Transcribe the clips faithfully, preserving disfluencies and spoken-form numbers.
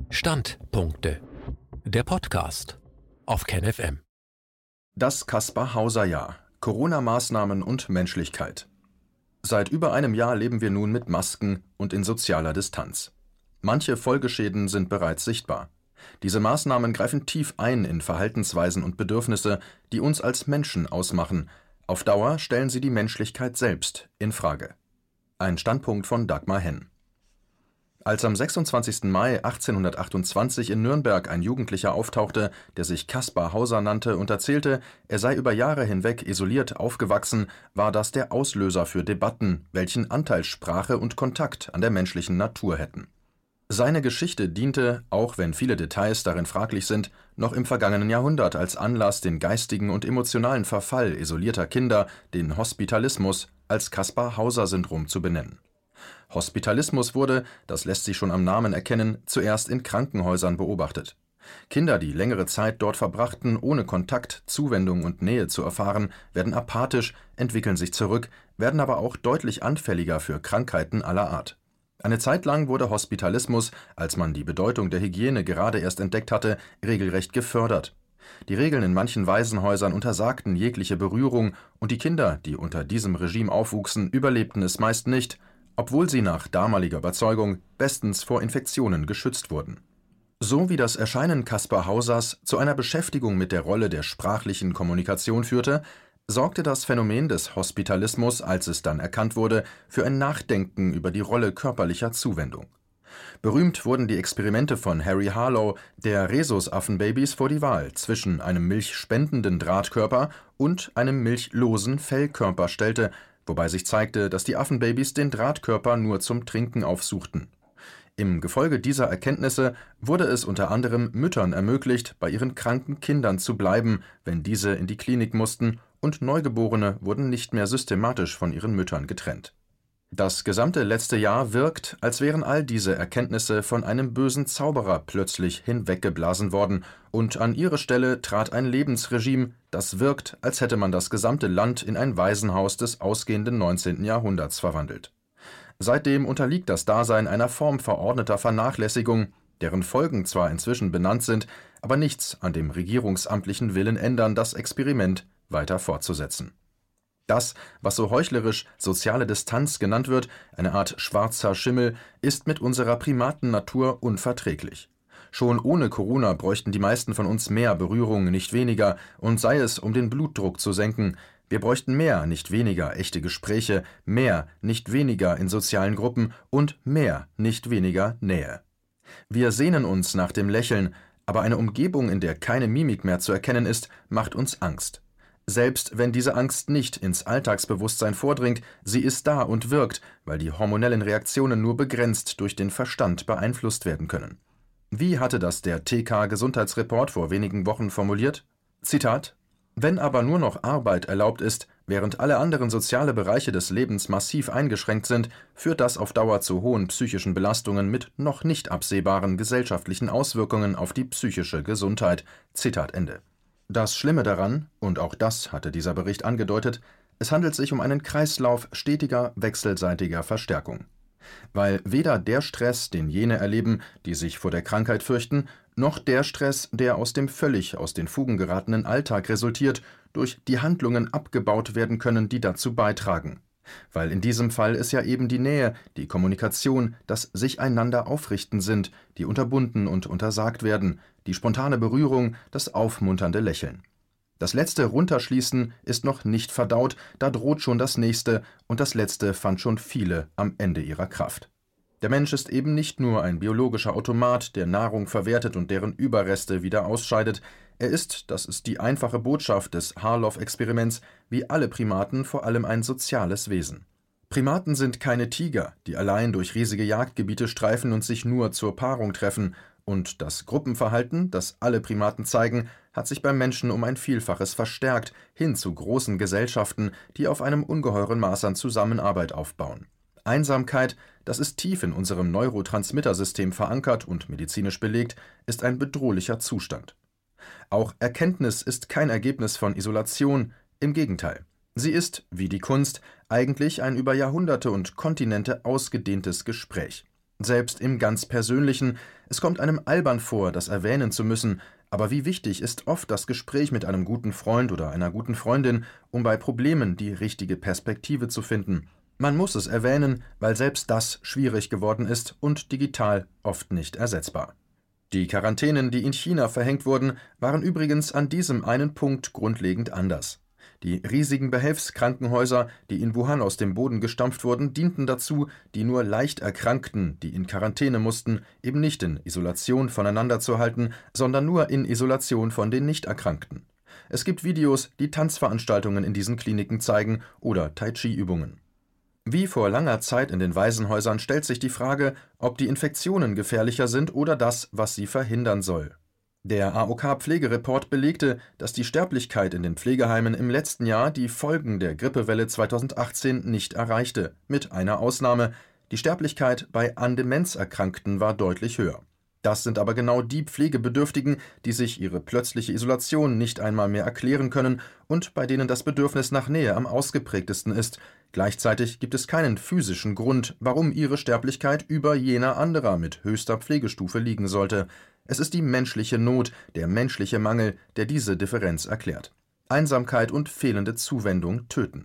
Standpunkte. Der Podcast auf KenFM. Das Kaspar-Hauser-Jahr. Corona-Maßnahmen und Menschlichkeit. Seit über einem Jahr leben wir nun mit Masken und in sozialer Distanz. Manche Folgeschäden sind bereits sichtbar. Diese Maßnahmen greifen tief ein in Verhaltensweisen und Bedürfnisse, die uns als Menschen ausmachen. Auf Dauer stellen sie die Menschlichkeit selbst in Frage. Ein Standpunkt von Dagmar Henn. Als am sechsundzwanzigsten Mai achtzehnhundertachtundzwanzig in Nürnberg ein Jugendlicher auftauchte, der sich Kaspar Hauser nannte und erzählte, er sei über Jahre hinweg isoliert aufgewachsen, war das der Auslöser für Debatten, welchen Anteil Sprache und Kontakt an der menschlichen Natur hätten. Seine Geschichte diente, auch wenn viele Details darin fraglich sind, noch im vergangenen Jahrhundert als Anlass, den geistigen und emotionalen Verfall isolierter Kinder, den Hospitalismus, als Kaspar-Hauser-Syndrom zu benennen. Hospitalismus wurde, das lässt sich schon am Namen erkennen, zuerst in Krankenhäusern beobachtet. Kinder, die längere Zeit dort verbrachten, ohne Kontakt, Zuwendung und Nähe zu erfahren, werden apathisch, entwickeln sich zurück, werden aber auch deutlich anfälliger für Krankheiten aller Art. Eine Zeit lang wurde Hospitalismus, als man die Bedeutung der Hygiene gerade erst entdeckt hatte, regelrecht gefördert. Die Regeln in manchen Waisenhäusern untersagten jegliche Berührung, und die Kinder, die unter diesem Regime aufwuchsen, überlebten es meist nicht, obwohl sie nach damaliger Überzeugung bestens vor Infektionen geschützt wurden. So wie das Erscheinen Kaspar Hausers zu einer Beschäftigung mit der Rolle der sprachlichen Kommunikation führte, sorgte das Phänomen des Hospitalismus, als es dann erkannt wurde, für ein Nachdenken über die Rolle körperlicher Zuwendung. Berühmt wurden die Experimente von Harry Harlow, der Rhesusaffenbabys vor die Wahl zwischen einem milchspendenden Drahtkörper und einem milchlosen Fellkörper stellte, wobei sich zeigte, dass die Affenbabys den Drahtkörper nur zum Trinken aufsuchten. Im Gefolge dieser Erkenntnisse wurde es unter anderem Müttern ermöglicht, bei ihren kranken Kindern zu bleiben, wenn diese in die Klinik mussten, und Neugeborene wurden nicht mehr systematisch von ihren Müttern getrennt. Das gesamte letzte Jahr wirkt, als wären all diese Erkenntnisse von einem bösen Zauberer plötzlich hinweggeblasen worden, und an ihre Stelle trat ein Lebensregime, das wirkt, als hätte man das gesamte Land in ein Waisenhaus des ausgehenden neunzehnten Jahrhunderts verwandelt. Seitdem unterliegt das Dasein einer Form verordneter Vernachlässigung, deren Folgen zwar inzwischen benannt sind, aber nichts an dem regierungsamtlichen Willen ändern, das Experiment weiter fortzusetzen. Das, was so heuchlerisch soziale Distanz genannt wird, eine Art schwarzer Schimmel, ist mit unserer Primatennatur unverträglich. Schon ohne Corona bräuchten die meisten von uns mehr Berührung, nicht weniger, und sei es, um den Blutdruck zu senken. Wir bräuchten mehr, nicht weniger echte Gespräche, mehr, nicht weniger in sozialen Gruppen und mehr, nicht weniger Nähe. Wir sehnen uns nach dem Lächeln, aber eine Umgebung, in der keine Mimik mehr zu erkennen ist, macht uns Angst. Selbst wenn diese Angst nicht ins Alltagsbewusstsein vordringt, sie ist da und wirkt, weil die hormonellen Reaktionen nur begrenzt durch den Verstand beeinflusst werden können. Wie hatte das der T K-Gesundheitsreport vor wenigen Wochen formuliert? Zitat: Wenn aber nur noch Arbeit erlaubt ist, während alle anderen soziale Bereiche des Lebens massiv eingeschränkt sind, führt das auf Dauer zu hohen psychischen Belastungen mit noch nicht absehbaren gesellschaftlichen Auswirkungen auf die psychische Gesundheit. Zitat Ende. Das Schlimme daran, und auch das hatte dieser Bericht angedeutet, es handelt sich um einen Kreislauf stetiger, wechselseitiger Verstärkung. Weil weder der Stress, den jene erleben, die sich vor der Krankheit fürchten, noch der Stress, der aus dem völlig aus den Fugen geratenen Alltag resultiert, durch die Handlungen abgebaut werden können, die dazu beitragen. Weil in diesem Fall es ja eben die Nähe, die Kommunikation, das Sich-einander aufrichten sind, die unterbunden und untersagt werden, die spontane Berührung, das aufmunternde Lächeln. Das letzte Runterschließen ist noch nicht verdaut, da droht schon das nächste, und das letzte fand schon viele am Ende ihrer Kraft. Der Mensch ist eben nicht nur ein biologischer Automat, der Nahrung verwertet und deren Überreste wieder ausscheidet. Er ist, das ist die einfache Botschaft des Harlow-Experiments, wie alle Primaten vor allem ein soziales Wesen. Primaten sind keine Tiger, die allein durch riesige Jagdgebiete streifen und sich nur zur Paarung treffen, und das Gruppenverhalten, das alle Primaten zeigen, hat sich beim Menschen um ein Vielfaches verstärkt, hin zu großen Gesellschaften, die auf einem ungeheuren Maß an Zusammenarbeit aufbauen. Einsamkeit, das ist tief in unserem Neurotransmittersystem verankert und medizinisch belegt, ist ein bedrohlicher Zustand. Auch Erkenntnis ist kein Ergebnis von Isolation, im Gegenteil. Sie ist, wie die Kunst, eigentlich ein über Jahrhunderte und Kontinente ausgedehntes Gespräch. Selbst im ganz Persönlichen, es kommt einem albern vor, das erwähnen zu müssen, aber wie wichtig ist oft das Gespräch mit einem guten Freund oder einer guten Freundin, um bei Problemen die richtige Perspektive zu finden. Man muss es erwähnen, weil selbst das schwierig geworden ist und digital oft nicht ersetzbar. Die Quarantänen, die in China verhängt wurden, waren übrigens an diesem einen Punkt grundlegend anders. Die riesigen Behelfskrankenhäuser, die in Wuhan aus dem Boden gestampft wurden, dienten dazu, die nur leicht Erkrankten, die in Quarantäne mussten, eben nicht in Isolation voneinander zu halten, sondern nur in Isolation von den Nichterkrankten. Es gibt Videos, die Tanzveranstaltungen in diesen Kliniken zeigen oder Tai-Chi-Übungen. Wie vor langer Zeit in den Waisenhäusern stellt sich die Frage, ob die Infektionen gefährlicher sind oder das, was sie verhindern soll. Der A O K-Pflegereport belegte, dass die Sterblichkeit in den Pflegeheimen im letzten Jahr die Folgen der Grippewelle zweitausendachtzehn nicht erreichte, mit einer Ausnahme: Die Sterblichkeit bei an Demenz Erkrankten war deutlich höher. Das sind aber genau die Pflegebedürftigen, die sich ihre plötzliche Isolation nicht einmal mehr erklären können und bei denen das Bedürfnis nach Nähe am ausgeprägtesten ist. Gleichzeitig gibt es keinen physischen Grund, warum ihre Sterblichkeit über jener anderer mit höchster Pflegestufe liegen sollte. Es ist die menschliche Not, der menschliche Mangel, der diese Differenz erklärt. Einsamkeit und fehlende Zuwendung töten.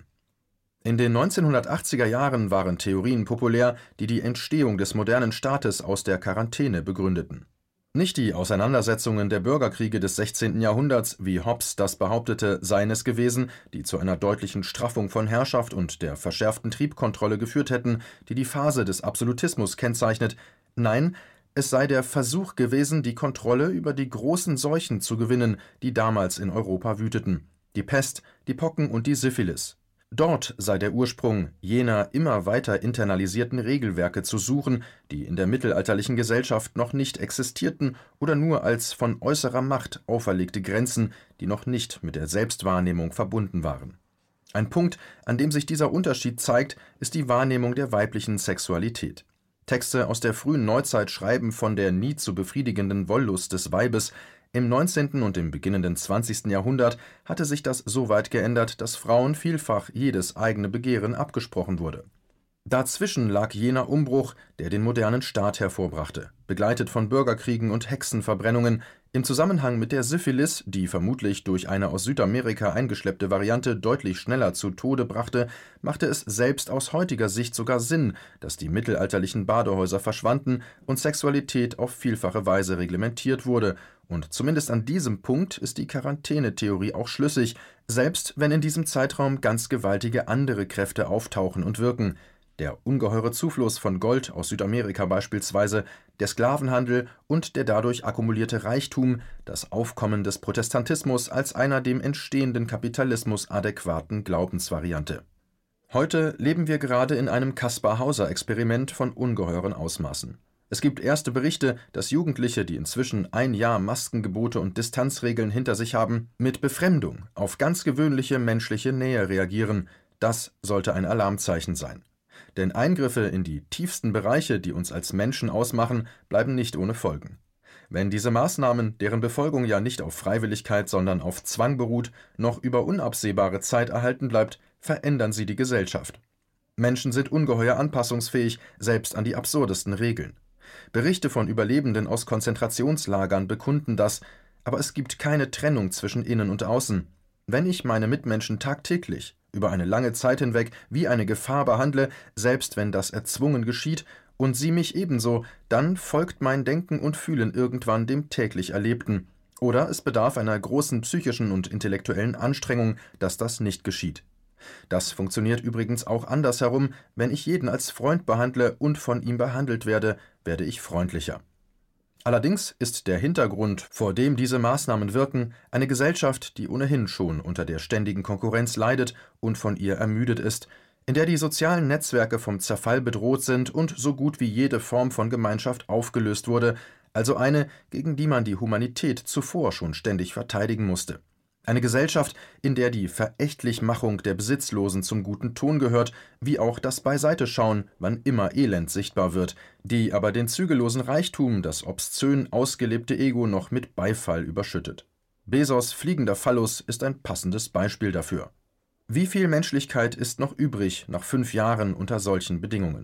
In den neunzehnhundertachtziger Jahren waren Theorien populär, die die Entstehung des modernen Staates aus der Quarantäne begründeten. Nicht die Auseinandersetzungen der Bürgerkriege des sechzehnten Jahrhunderts, wie Hobbes das behauptete, seien es gewesen, die zu einer deutlichen Straffung von Herrschaft und der verschärften Triebkontrolle geführt hätten, die die Phase des Absolutismus kennzeichnet. Nein, es sei der Versuch gewesen, die Kontrolle über die großen Seuchen zu gewinnen, die damals in Europa wüteten: die Pest, die Pocken und die Syphilis. Dort sei der Ursprung jener immer weiter internalisierten Regelwerke zu suchen, die in der mittelalterlichen Gesellschaft noch nicht existierten oder nur als von äußerer Macht auferlegte Grenzen, die noch nicht mit der Selbstwahrnehmung verbunden waren. Ein Punkt, an dem sich dieser Unterschied zeigt, ist die Wahrnehmung der weiblichen Sexualität. Texte aus der frühen Neuzeit schreiben von der nie zu befriedigenden Wollust des Weibes. Im neunzehnten und im beginnenden zwanzigsten Jahrhundert hatte sich das so weit geändert, dass Frauen vielfach jedes eigene Begehren abgesprochen wurde. Dazwischen lag jener Umbruch, der den modernen Staat hervorbrachte, begleitet von Bürgerkriegen und Hexenverbrennungen, im Zusammenhang mit der Syphilis, die vermutlich durch eine aus Südamerika eingeschleppte Variante deutlich schneller zu Tode brachte, machte es selbst aus heutiger Sicht sogar Sinn, dass die mittelalterlichen Badehäuser verschwanden und Sexualität auf vielfache Weise reglementiert wurde. Und zumindest an diesem Punkt ist die Quarantänetheorie auch schlüssig, selbst wenn in diesem Zeitraum ganz gewaltige andere Kräfte auftauchen und wirken. Der ungeheure Zufluss von Gold aus Südamerika beispielsweise, der Sklavenhandel und der dadurch akkumulierte Reichtum, das Aufkommen des Protestantismus als einer dem entstehenden Kapitalismus adäquaten Glaubensvariante. Heute leben wir gerade in einem Kaspar-Hauser-Experiment von ungeheuren Ausmaßen. Es gibt erste Berichte, dass Jugendliche, die inzwischen ein Jahr Maskengebote und Distanzregeln hinter sich haben, mit Befremdung auf ganz gewöhnliche menschliche Nähe reagieren. Das sollte ein Alarmzeichen sein. Denn Eingriffe in die tiefsten Bereiche, die uns als Menschen ausmachen, bleiben nicht ohne Folgen. Wenn diese Maßnahmen, deren Befolgung ja nicht auf Freiwilligkeit, sondern auf Zwang beruht, noch über unabsehbare Zeit erhalten bleibt, verändern sie die Gesellschaft. Menschen sind ungeheuer anpassungsfähig, selbst an die absurdesten Regeln. Berichte von Überlebenden aus Konzentrationslagern bekunden das, aber es gibt keine Trennung zwischen Innen und Außen. Wenn ich meine Mitmenschen tagtäglich, über eine lange Zeit hinweg, wie eine Gefahr behandle, selbst wenn das erzwungen geschieht, und sie mich ebenso, dann folgt mein Denken und Fühlen irgendwann dem täglich Erlebten. Oder es bedarf einer großen psychischen und intellektuellen Anstrengung, dass das nicht geschieht. Das funktioniert übrigens auch andersherum: Wenn ich jeden als Freund behandle und von ihm behandelt werde, werde ich freundlicher. Allerdings ist der Hintergrund, vor dem diese Maßnahmen wirken, eine Gesellschaft, die ohnehin schon unter der ständigen Konkurrenz leidet und von ihr ermüdet ist, in der die sozialen Netzwerke vom Zerfall bedroht sind und so gut wie jede Form von Gemeinschaft aufgelöst wurde, also eine, gegen die man die Humanität zuvor schon ständig verteidigen musste. Eine Gesellschaft, in der die Verächtlichmachung der Besitzlosen zum guten Ton gehört, wie auch das Beiseiteschauen, wann immer Elend sichtbar wird, die aber den zügellosen Reichtum, das obszön ausgelebte Ego noch mit Beifall überschüttet. Bezos' fliegender Phallus ist ein passendes Beispiel dafür. Wie viel Menschlichkeit ist noch übrig nach fünf Jahren unter solchen Bedingungen?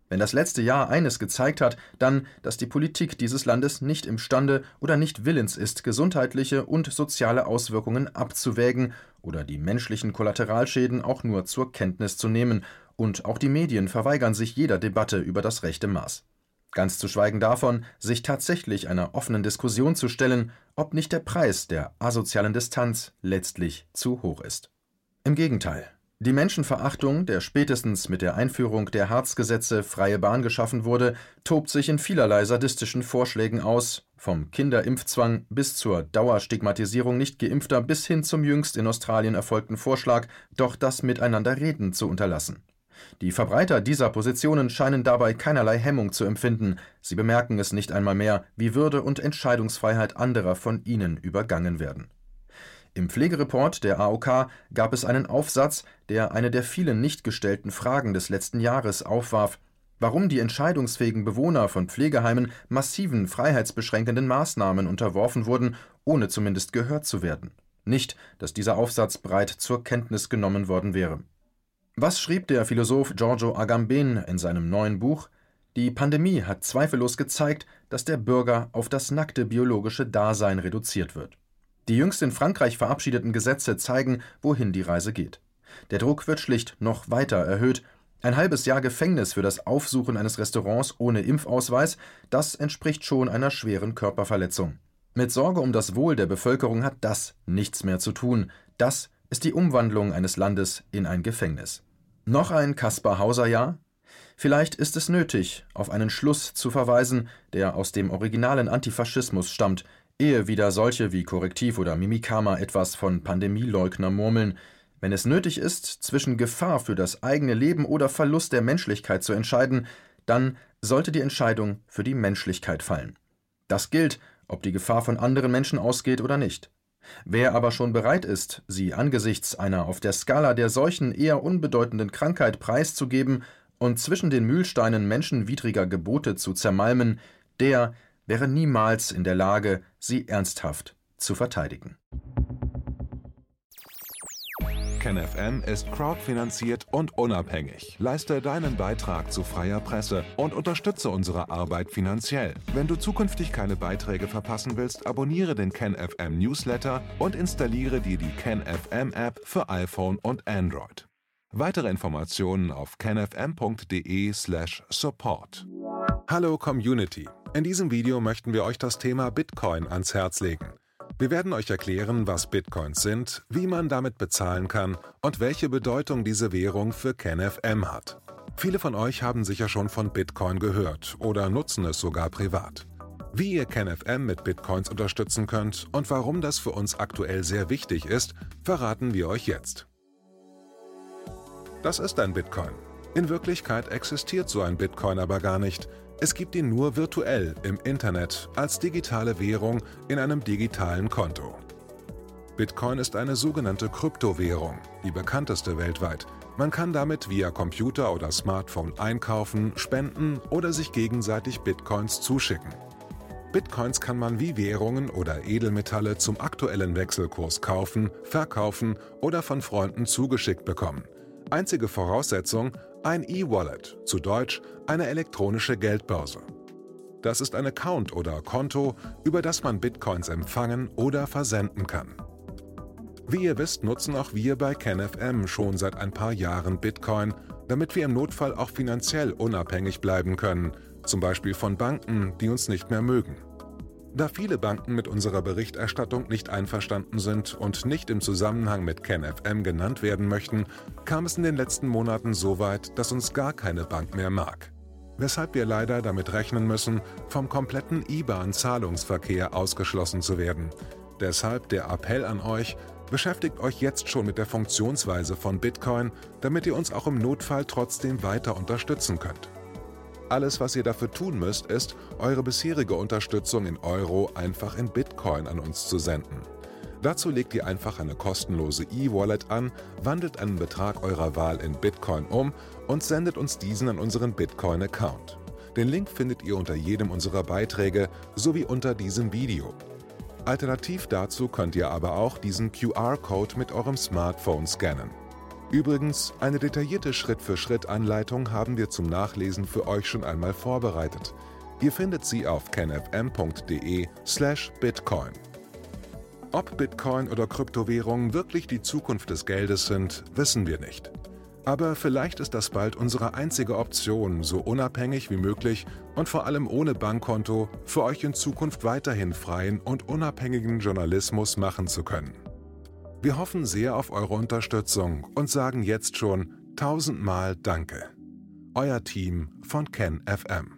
Wenn das letzte Jahr eines gezeigt hat, dann, dass die Politik dieses Landes nicht imstande oder nicht willens ist, gesundheitliche und soziale Auswirkungen abzuwägen oder die menschlichen Kollateralschäden auch nur zur Kenntnis zu nehmen, und auch die Medien verweigern sich jeder Debatte über das rechte Maß. Ganz zu schweigen davon, sich tatsächlich einer offenen Diskussion zu stellen, ob nicht der Preis der asozialen Distanz letztlich zu hoch ist. Im Gegenteil. Die Menschenverachtung, der spätestens mit der Einführung der Hartz-Gesetze freie Bahn geschaffen wurde, tobt sich in vielerlei sadistischen Vorschlägen aus, vom Kinderimpfzwang bis zur Dauerstigmatisierung Nicht-Geimpfter bis hin zum jüngst in Australien erfolgten Vorschlag, doch das Miteinanderreden zu unterlassen. Die Verbreiter dieser Positionen scheinen dabei keinerlei Hemmung zu empfinden, sie bemerken es nicht einmal mehr, wie Würde und Entscheidungsfreiheit anderer von ihnen übergangen werden. Im Pflegereport der A O K gab es einen Aufsatz, der eine der vielen nicht gestellten Fragen des letzten Jahres aufwarf: Warum die entscheidungsfähigen Bewohner von Pflegeheimen massiven freiheitsbeschränkenden Maßnahmen unterworfen wurden, ohne zumindest gehört zu werden. Nicht, dass dieser Aufsatz breit zur Kenntnis genommen worden wäre. Was schrieb der Philosoph Giorgio Agamben in seinem neuen Buch? Die Pandemie hat zweifellos gezeigt, dass der Bürger auf das nackte biologische Dasein reduziert wird. Die jüngst in Frankreich verabschiedeten Gesetze zeigen, wohin die Reise geht. Der Druck wird schlicht noch weiter erhöht. Ein halbes Jahr Gefängnis für das Aufsuchen eines Restaurants ohne Impfausweis, das entspricht schon einer schweren Körperverletzung. Mit Sorge um das Wohl der Bevölkerung hat das nichts mehr zu tun. Das ist die Umwandlung eines Landes in ein Gefängnis. Noch ein Kaspar-Hauser-Jahr? Vielleicht ist es nötig, auf einen Schluss zu verweisen, der aus dem originalen Antifaschismus stammt, ehe wieder solche wie Korrektiv oder Mimikama etwas von Pandemieleugner murmeln. Wenn es nötig ist, zwischen Gefahr für das eigene Leben oder Verlust der Menschlichkeit zu entscheiden, dann sollte die Entscheidung für die Menschlichkeit fallen. Das gilt, ob die Gefahr von anderen Menschen ausgeht oder nicht. Wer aber schon bereit ist, sie angesichts einer auf der Skala der Seuchen eher unbedeutenden Krankheit preiszugeben und zwischen den Mühlsteinen menschenwidriger Gebote zu zermalmen, der wäre niemals in der Lage, sie ernsthaft zu verteidigen. KenFM ist crowdfinanziert und unabhängig. Leiste deinen Beitrag zu freier Presse und unterstütze unsere Arbeit finanziell. Wenn du zukünftig keine Beiträge verpassen willst, abonniere den KenFM Newsletter und installiere dir die KenFM App für iPhone und Android. Weitere Informationen auf kenfm punkt de slash support. Hallo Community! In diesem Video möchten wir euch das Thema Bitcoin ans Herz legen. Wir werden euch erklären, was Bitcoins sind, wie man damit bezahlen kann und welche Bedeutung diese Währung für KenFM hat. Viele von euch haben sicher schon von Bitcoin gehört oder nutzen es sogar privat. Wie ihr KenFM mit Bitcoins unterstützen könnt und warum das für uns aktuell sehr wichtig ist, verraten wir euch jetzt. Das ist ein Bitcoin. In Wirklichkeit existiert so ein Bitcoin aber gar nicht. Es gibt ihn nur virtuell im Internet als digitale Währung in einem digitalen Konto. Bitcoin ist eine sogenannte Kryptowährung, die bekannteste weltweit. Man kann damit via Computer oder Smartphone einkaufen, spenden oder sich gegenseitig Bitcoins zuschicken. Bitcoins kann man wie Währungen oder Edelmetalle zum aktuellen Wechselkurs kaufen, verkaufen oder von Freunden zugeschickt bekommen. Einzige Voraussetzung: ein E-Wallet, zu Deutsch eine elektronische Geldbörse. Das ist ein Account oder Konto, über das man Bitcoins empfangen oder versenden kann. Wie ihr wisst, nutzen auch wir bei KenFM schon seit ein paar Jahren Bitcoin, damit wir im Notfall auch finanziell unabhängig bleiben können, zum Beispiel von Banken, die uns nicht mehr mögen. Da viele Banken mit unserer Berichterstattung nicht einverstanden sind und nicht im Zusammenhang mit KenFM genannt werden möchten, kam es in den letzten Monaten so weit, dass uns gar keine Bank mehr mag. Weshalb wir leider damit rechnen müssen, vom kompletten I B A N-Zahlungsverkehr ausgeschlossen zu werden. Deshalb der Appell an euch: Beschäftigt euch jetzt schon mit der Funktionsweise von Bitcoin, damit ihr uns auch im Notfall trotzdem weiter unterstützen könnt. Alles, was ihr dafür tun müsst, ist, eure bisherige Unterstützung in Euro einfach in Bitcoin an uns zu senden. Dazu legt ihr einfach eine kostenlose E-Wallet an, wandelt einen Betrag eurer Wahl in Bitcoin um und sendet uns diesen an unseren Bitcoin-Account. Den Link findet ihr unter jedem unserer Beiträge sowie unter diesem Video. Alternativ dazu könnt ihr aber auch diesen Q R-Code mit eurem Smartphone scannen. Übrigens, eine detaillierte Schritt-für-Schritt-Anleitung haben wir zum Nachlesen für euch schon einmal vorbereitet. Ihr findet sie auf kenfm punkt de slash bitcoin. Ob Bitcoin oder Kryptowährungen wirklich die Zukunft des Geldes sind, wissen wir nicht. Aber vielleicht ist das bald unsere einzige Option, so unabhängig wie möglich und vor allem ohne Bankkonto für euch in Zukunft weiterhin freien und unabhängigen Journalismus machen zu können. Wir hoffen sehr auf eure Unterstützung und sagen jetzt schon tausendmal Danke. Euer Team von KenFM.